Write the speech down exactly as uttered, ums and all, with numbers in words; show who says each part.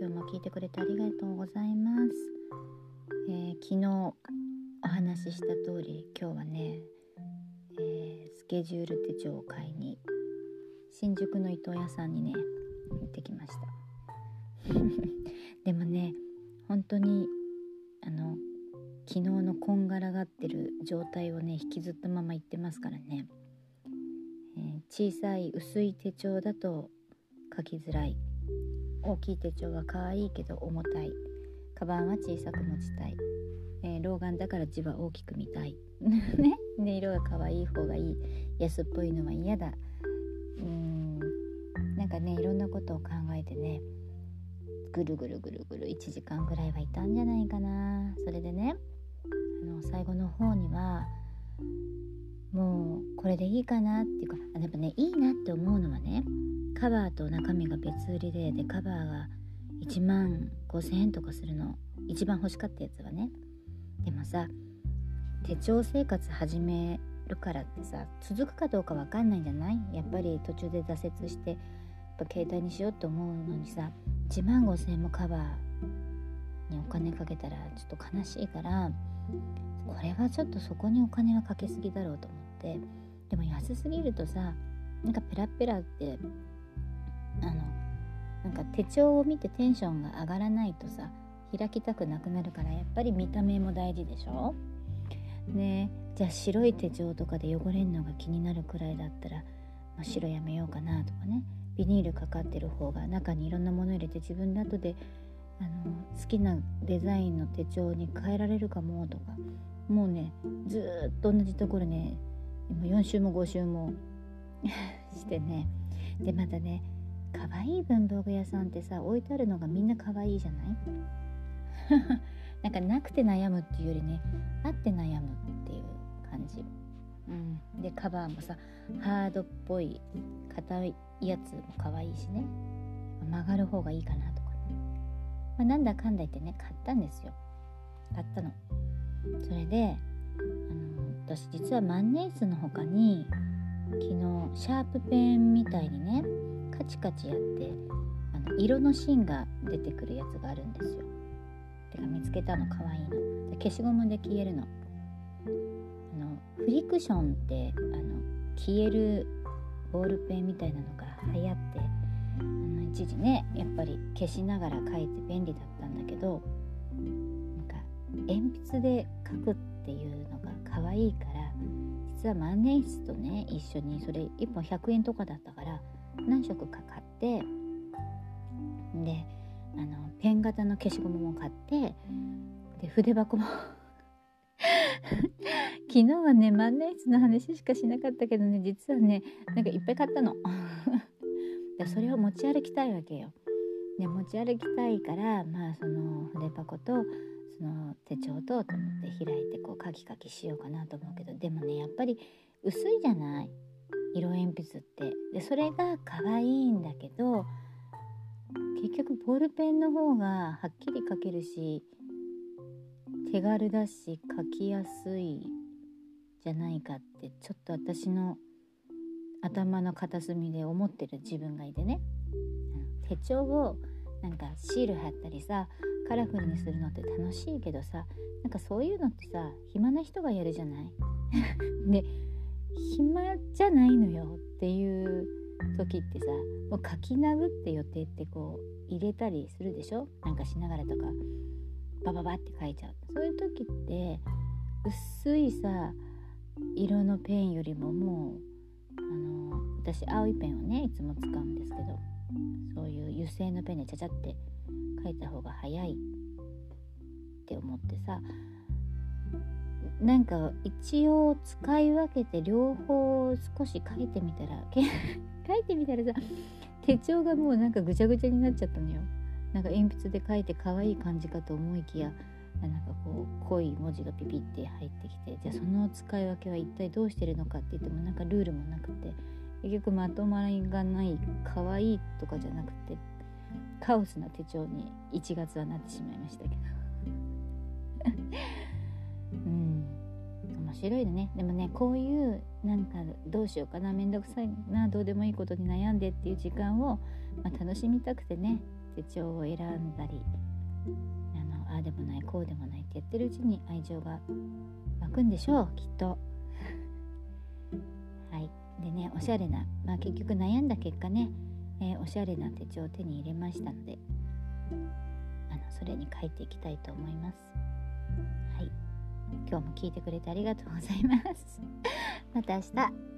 Speaker 1: 今日も聞いてくれてありがとうございます。えー、昨日お話しした通り、今日はね、えー、スケジュール手帳を買いに新宿の糸屋さんにね行ってきましたでもね、本当にあの昨日のこんがらがってる状態をね引きずったまま行ってますからね、えー、小さい薄い手帳だと書きづらい、大きい手帳は可愛いけど重たい、カバンは小さく持ちたい、えー、老眼だから字は大きく見たいね、で色が可愛い方がいい、安っぽいのは嫌だ、うーんなんかねいろんなことを考えてね、ぐるぐるぐるぐるいちじかんぐらいはいたんじゃないかな。それでね、あの最後の方にはもうこれでいいかなっていうか、あやっぱねいいなって思うのはね、カバーと中身が別売りで、でカバーがいちまんごせんえんとかするの、一番欲しかったやつはね。でもさ、手帳生活始めるからってさ続くかどうか分かんないんじゃない？やっぱり途中で挫折してやっぱ携帯にしようと思うのにさ、いちまんごせんえんもカバーにお金かけたらちょっと悲しいから、これはちょっとそこにお金はかけすぎだろうと思って、でも安すぎるとさ、なんかペラペラってあのなんか手帳を見てテンションが上がらないとさ開きたくなくなるから、やっぱり見た目も大事でしょね。じゃあ白い手帳とかで汚れるのが気になるくらいだったら、まあ、白やめようかなとかね、ビニールかかってる方が中にいろんなもの入れて自分で後であの好きなデザインの手帳に変えられるかもとか、もうねずーっと同じところねよん週もご週もしてね、でまたね可愛い文房具屋さんってさ置いてあるのがみんな可愛いじゃないなんかなくて悩むっていうよりね、あって悩むっていう感じ、うん、でカバーもさハードっぽい硬いやつも可愛いしね、曲がる方がいいかなとかね、まあ、なんだかんだ言ってね買ったんですよ。買ったの。それであの私実は万年筆の他に昨日シャープペンみたいにねカチカチやってあの色の芯が出てくるやつがあるんですよ。てか見つけたの、可愛いので、消しゴムで消えるの。あのフリクションってあの消えるボールペンみたいなのが流行って、あの一時ねやっぱり消しながら書いて便利だったんだけど、なんか鉛筆で書くっていうのが可愛いから、実は万年筆とね一緒にそれいっぽんひゃくえんとかだったから何色か買って、であのペン型の消しゴムも買って、で筆箱も昨日はね万年筆の話しかしなかったけどね、実はねなんかいっぱい買ったのでそれを持ち歩きたいわけよ。で持ち歩きたいから、まあその筆箱とその手帳とと思って開いてこうカキカキしようかなと思うけど、でもねやっぱり薄いじゃない、色鉛筆って。でそれが可愛いんだけど、結局ボールペンの方がはっきり書けるし手軽だし書きやすいじゃないかって、ちょっと私の頭の片隅で思ってる自分がいてね、手帳をなんかシール貼ったりさカラフルにするのって楽しいけどさ、なんかそういうのってさ暇な人がやるじゃないで暇じゃないのよっていう時ってさ、もう書き殴って予定ってこう入れたりするでしょ、なんかしながらとかバババって書いちゃう。そういう時って薄いさ色のペンよりももうあの私青いペンをねいつも使うんですけど、そういう油性のペンでちゃちゃって書いた方が早いって思ってさ、なんか一応使い分けて両方少し書いてみたら書いてみたらさ手帳がもうなんかぐちゃぐちゃになっちゃったのよ。なんか鉛筆で書いて可愛い感じかと思いきや、なんかこう濃い文字がピピって入ってきて、じゃあその使い分けは一体どうしてるのかって言ってもなんかルールもなくて、結局まとまりがない可愛いとかじゃなくてカオスな手帳にいちがつはなってしまいましたけどうん面白いね。でもねこういうなんかどうしようかな、めんどくさいな、どうでもいいことに悩んでっていう時間を、まあ、楽しみたくてね手帳を選んだり、あのああでもないこうでもないってやってるうちに愛情が湧くんでしょう、きっと。はいでね、おしゃれな、まあ結局悩んだ結果ね、えー、おしゃれな手帳を手に入れましたので、あのそれに書いていきたいと思います。はい、今日も聞いてくれてありがとうございます。また明日。